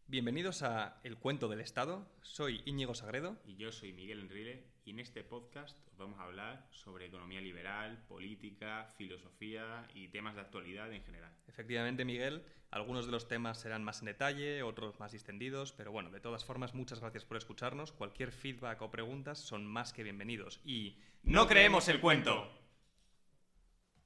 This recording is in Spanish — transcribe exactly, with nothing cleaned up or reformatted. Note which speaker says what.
Speaker 1: Bienvenidos a El Cuento del Estado. Soy Íñigo Sagredo.
Speaker 2: Y yo soy Miguel Enrile, y en este podcast os vamos a hablar sobre economía liberal, política, filosofía y temas de actualidad en general.
Speaker 1: Efectivamente, Miguel, algunos de los temas serán más en detalle, otros más distendidos, pero bueno, de todas formas, muchas gracias por escucharnos. Cualquier feedback o preguntas son más que bienvenidos. Y
Speaker 2: ¡no creemos el cuento!